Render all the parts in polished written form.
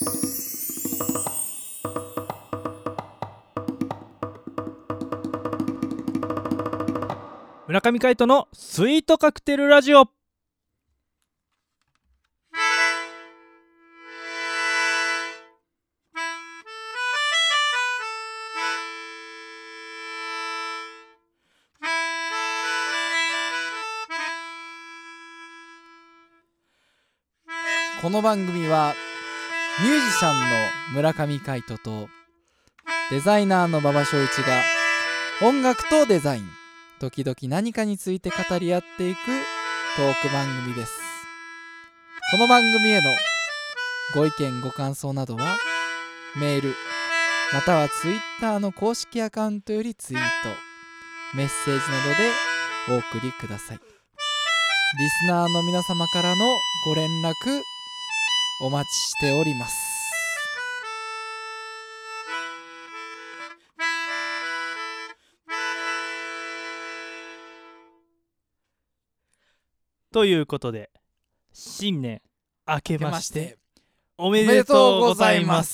村上海人のスイートカクテルラジオ。 この番組はミュージシャンの村上海人とデザイナーの馬場翔一が音楽とデザイン、時々何かについて語り合っていくトーク番組です。この番組へのご意見ご感想などはメールまたはツイッターの公式アカウントよりツイート、メッセージなどでお送りください。リスナーの皆様からのご連絡お待ちしております。 ということで、新年明けましておおめでとうございます。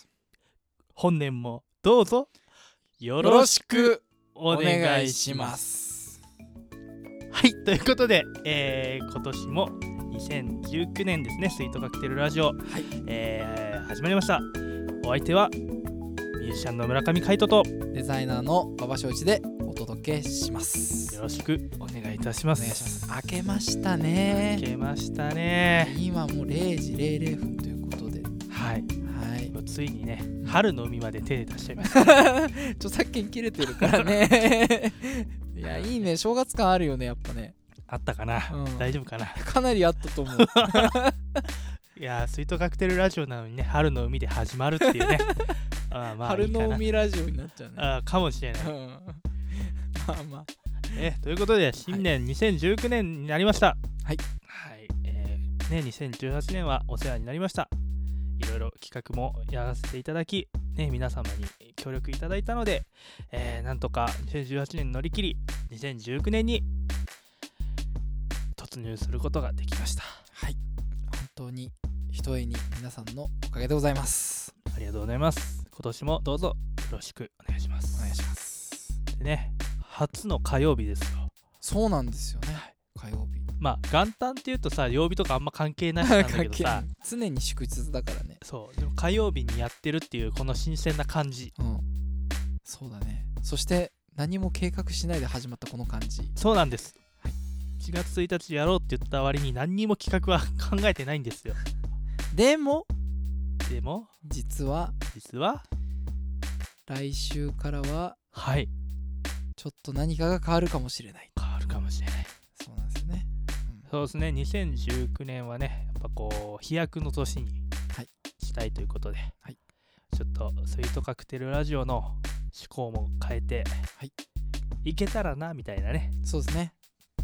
本年もどうぞよよろしろしくおお願いし願いしま。 ますす。 はい、ということで、今年も2019年ですね、スイートカクテルラジオ、 はい、 始まりました。お相手はミュージシャンの村上海人とデザイナーの馬場翔一でお届けします。 よろしくお願いいたしおます。 願いします。明けましたね。 明けましたね。 今もう0時00分ということで、 はい、 はい。 ついにね、春の海まで手出しちゃいました。 著作権切れてるからね。いや、いいね。正月感あるよね、やっぱね。 あったかな、 うん大丈夫かな。 かなりあったと思う。 いやー、スイートカクテルラジオなのにね、春の海で始まるっていうね。あー、まあいい春かな。 の海ラジオになっちゃうね。 あー、かもしれない、 うんまあまあ。 ということで、新年2019年になりました。 はい、 はい、2018年はお世話になりました。いろいろ企画もやらせていただき、ね、皆様に協力いただいたので、なんとか2018年乗り切り、2019年に突入することができました。 はい。本当にひとえに皆さんのおかげでございます。 ありがとうございます。今年もどうぞよろしくお願いします。 お願いします。 でね、初の火曜日ですよ。 そうなんですよね。火曜日。 まあ元旦っていうとさ、曜日とかあんま関係なしなんだけどさ、 常に祝日だからね。 そう、でも火曜日にやってるっていうこの新鮮な感じ。 うん。そうだね。そして何も計画しないで始まったこの感じ。 そうなんです。1月1日やろうって言った割に何にも企画は考えてないんですよ。 でも実は来週からははい、 ちょっと何かが変わるかもしれない。 変わるかもしれない。 そうなんですよね。 そうですね、2019年はね、やっぱこう飛躍の年にしたいということで、 はい、 ちょっとスイートカクテルラジオの趣向も変えて、 はい、 いけたらなみたいなね。 そうですね。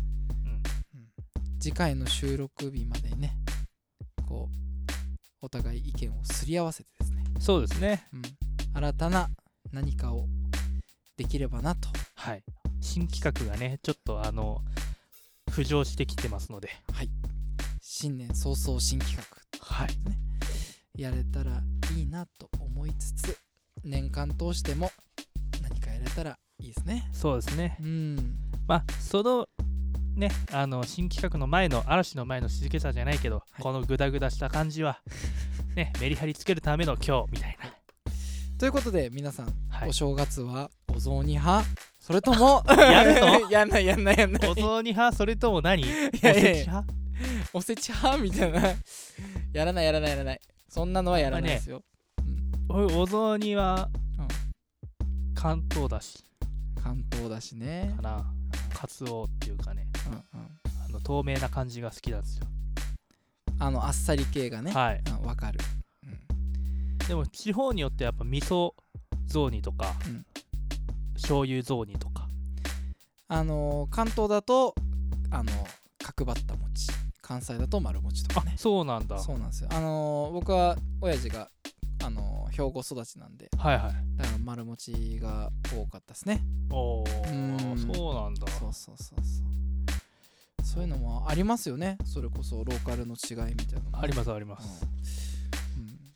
次回の収録日までにね、こうお互い意見をすり合わせてですね、 そうですね、 新たな何かをできればなと。 はい、新企画がねちょっと浮上してきてますので、 はい、新年早々新企画、 はい、 ね、やれたらいいなと思いつつ、年間通しても何かやれたらいいですね。 そうですね。まあそのね、新企画の前の嵐の前の静けさじゃないけど、このグダグダした感じはね、メリハリつけるための今日みたいな。 ということで皆さん、 はい、 お正月はお雑煮派それともやるのやんないお雑煮派それとも何おせち派おせち派みたいなやらないそんなのはやらないですよ。 お雑煮は関東だしねかな、カツオっていうかね、透明な感じが好きなんですよ。 あっさり系がね、 はい、 わかる。 でも地方によってやっぱ味噌雑煮とか、醤油雑煮とか、 関東だと角張った餅、関西だと丸餅とかね。 そうなんだ。 そうなんですよ。僕は親父が兵庫育ちなんで、 はいはい、 だから丸餅が多かったですね。 おー、そうなんだ。 そういうのもありますよね。それこそローカルの違いみたいなのも、 あります、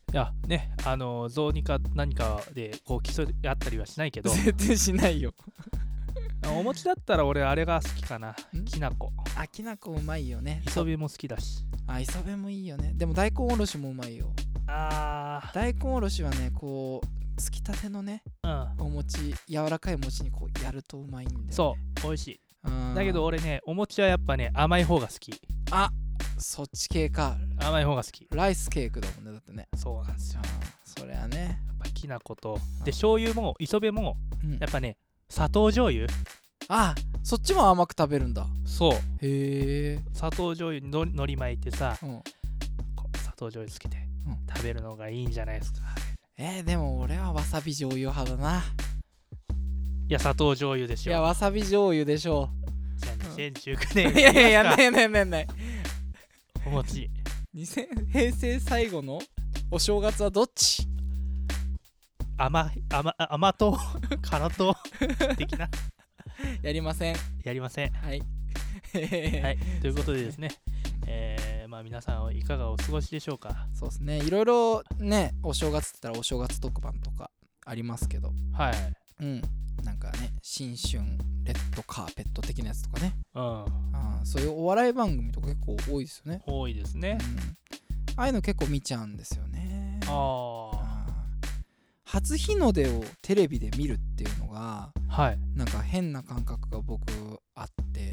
いやね、雑煮か何かでこう競い合ったりはしないけど絶対しないよ。 お餅だったら俺あれが好きかな、きなこ。 あ、きなこうまいよね。 磯辺も好きだし。 あ、磯辺もいいよね。でも大根おろしもうまいよ。大根おろしはね、こうつきたてのね、お餅、柔らかい餅にこうやるとうまいんだよね。 そう美味しい。だけど俺ね、お餅はやっぱね甘い方が好き。 あ、そっち系か。 甘い方が好き。 ライスケークだもんね、だってね。 そうなんですよ。 それはね、 やっぱきなことで醤油も磯辺もやっぱね、砂糖醤油。 あ、そっちも甘く食べるんだ。 そう。 へえ。 砂糖醤油に海苔巻いてさ、砂糖醤油つけて食べるのがいいんじゃないですか。 でも俺はわさび醤油派だな。 いや、砂糖醤油でしょ。 いや、わさび醤油でしょ。 じゃあ2019年いやいやいや、ないお餅平成最後のお正月はどっち？ 甘党辛党的な。 やりません。 やりません。 はい、 はい、ということでですね、まあ皆さんはいかがお過ごしでしょうか。 そうですね、いろいろね、お正月って言ったらお正月特番とかありますけど、 はい、 なんかね、新春レッドカーペット的なやつとかね、 うん、 そういうお笑い番組とか結構多いですよね。 多いですね。 ああいうの結構見ちゃうんですよね。 あ、 初日の出をテレビで見るっていうのが、 はい、 なんか変な感覚が僕あって、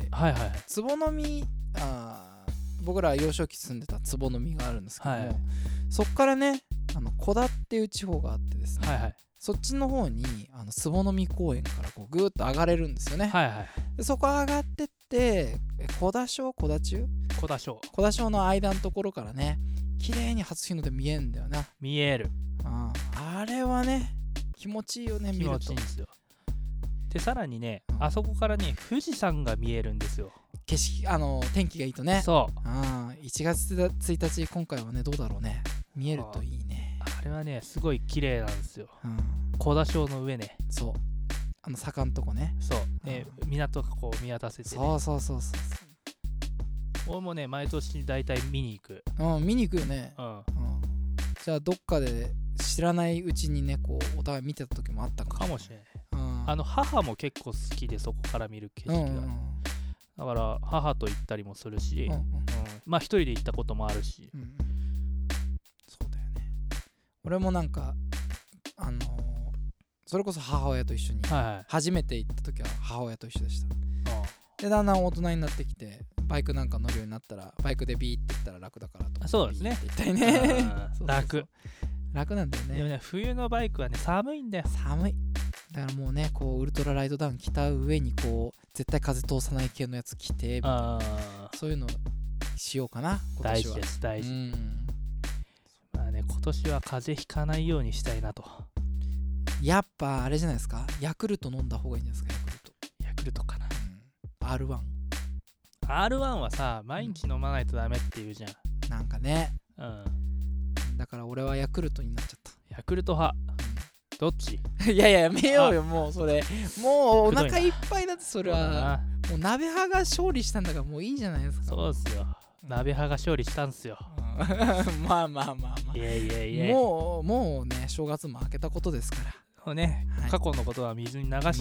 はいはいはい、 坪の実、僕ら幼少期住んでた坪の実があるんですけども、はい、そっからね、小田っていう地方があってですね、はいはい、そっちの方に坪の実公園からこうぐーっと上がれるんですよね。はいはい、でそこ上がってって小田小の間のところからね、綺麗に初日の出見えんだよな。 見える。 あれはね、気持ちいいよね。見ると気持ちいいんですよ。でさらにね、あそこからね富士山が見えるんですよ。 景色、天気がいいとね。 そう。 1月1日今回はね、どうだろうね。見えるといいね。 あれはね、すごい綺麗なんですよ。小田小の上ね。 そう。坂んとこね。 そう。港がこう見渡せて、ね。 そう。 俺もね、毎年だいたい見に行く。 見に行くよね。じゃあどっかで知らないうちにね、こうお互い見てた時もあったかもしれない。母も結構好きで、そこから見る景色が。だから母と行ったりもするし、まあ一人で行ったこともあるし。 そうだよね。俺もなんかそれこそ母親と一緒に、初めて行った時は母親と一緒でした。でだんだん大人になってきて、バイクなんか乗るようになったら、バイクでビーって行ったら楽だからと。 そうですね。 言ったりね。楽なんだよね。 でもね、冬のバイクはね、寒いんだよ。 寒い。だからもうね、こうウルトラライトダウン着た上にこう絶対風通さない系のやつ着て、そういうのしようかな。今年は大事です、大事。まあね、今年は風邪ひかないようにしたいなと。 やっぱあれじゃないですか、ヤクルト飲んだ方がいいんじゃないですか。 ヤクルトかな。 R1 はさ、毎日飲まないとダメって言うじゃん。 なんかね。だから俺はヤクルトになっちゃった。 ヤクルト派。どっち？ いややめようよ、もうそれ。もうお腹いっぱいだって、それは。もう鍋派が勝利したんだからもういいじゃないですか。 そうっすよ。鍋派が勝利したんすよ。 まあ。いや。もうね、正月も明けたことですから。 そうね、過去のことは水に流して。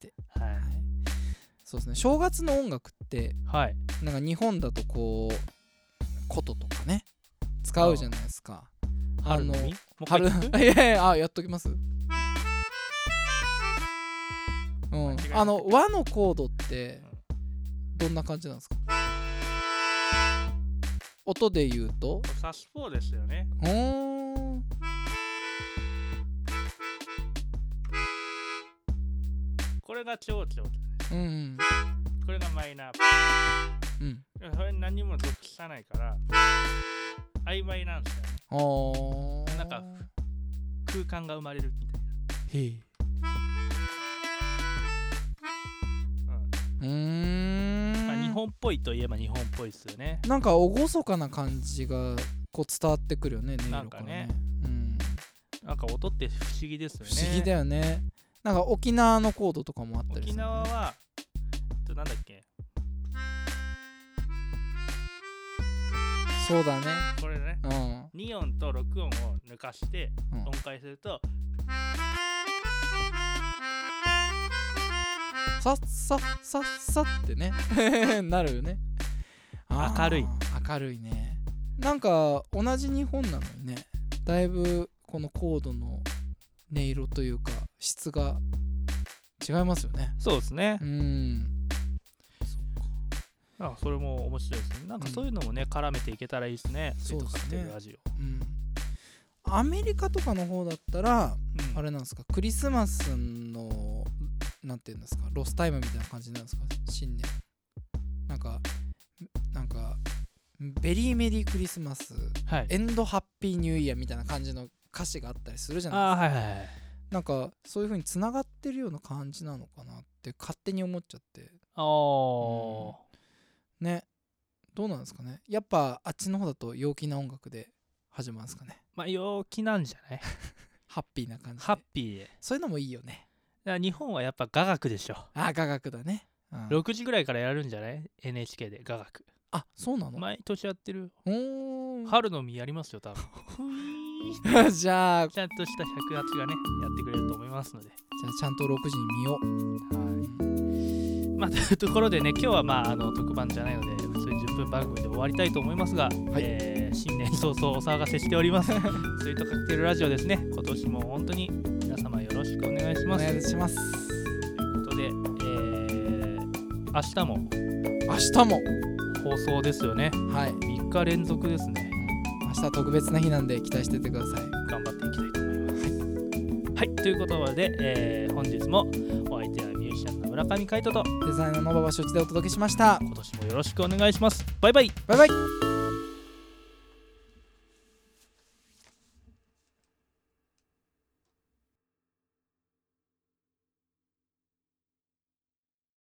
そうですね、正月の音楽って、なんか日本だとこう琴とかね使うじゃないですか。 春やっときます。和のコードってどんな感じなんですか？音で言うとサス4ですよね。これが長調。これがマイナー。それ何も属さないから曖昧なんですよね。なんか空間が生まれるみたいな。日本っぽいといえば日本っぽいですよね。 なんか厳かな感じがこう伝わってくるよね。 なんかね。なんか音って不思議ですよね。 不思議だよね。なんか沖縄のコードとかもあったりする、 沖縄はなんだっけ。 そうだね。 これね。 2音と6音を抜かしてうん音階するとさっさっさっさってねなるよね。 明るい明るいね。なんか同じ日本なのにね、だいぶこのコードの音色というか質が違いますよね。 そうですね。それも面白いですね。なんかそういうのもね、絡めていけたらいいですね。 そうですね。 スイートカクテルラジオ。アメリカとかの方だったら、 うん、 あれなんですか、クリスマスのなんていうんですか、ロスタイムみたいな感じなんですか、新年。なんかベリーメリークリスマス、 はい、 エンドハッピーニューイヤーみたいな感じの歌詞があったりするじゃないですか。 はいはいはい。 なんかそういう風につながってるような感じなのかなって勝手に思っちゃって。ね、どうなんですかね。やっぱあっちの方だと陽気な音楽で始まるんですかね。 まあ陽気なんじゃないハッピーな感じで。 ハッピーで。 そういうのもいいよね。 だから日本はやっぱ雅楽でしょ。 雅楽だね。 6時ぐらいからやるんじゃない ?NHK で雅楽。 あ、そうなの？ 毎年やってる。 おー。 春の実やりますよ多分じゃあちゃんとした108がねやってくれると思いますので、 じゃあちゃんと6時に見よう。 まあというところでね、今日はまあ特番じゃないので普通に10分番組で終わりたいと思いますが、新年早々お騒がせしておりますスイートカクテルラジオですね。今年も本当に皆様よろしくお願いします。 お願いします。 ということで、明日も放送ですよね。 はい。 3日連続ですね。 明日は特別な日なんで期待しててください。 頑張っていきたいと思います。はい、ということで、本日もお相手はミュージシャンの村上海人とデザイナーの馬場所一でお届けしました。 今年もよろしくお願いします。バイバイ。 バイバイ。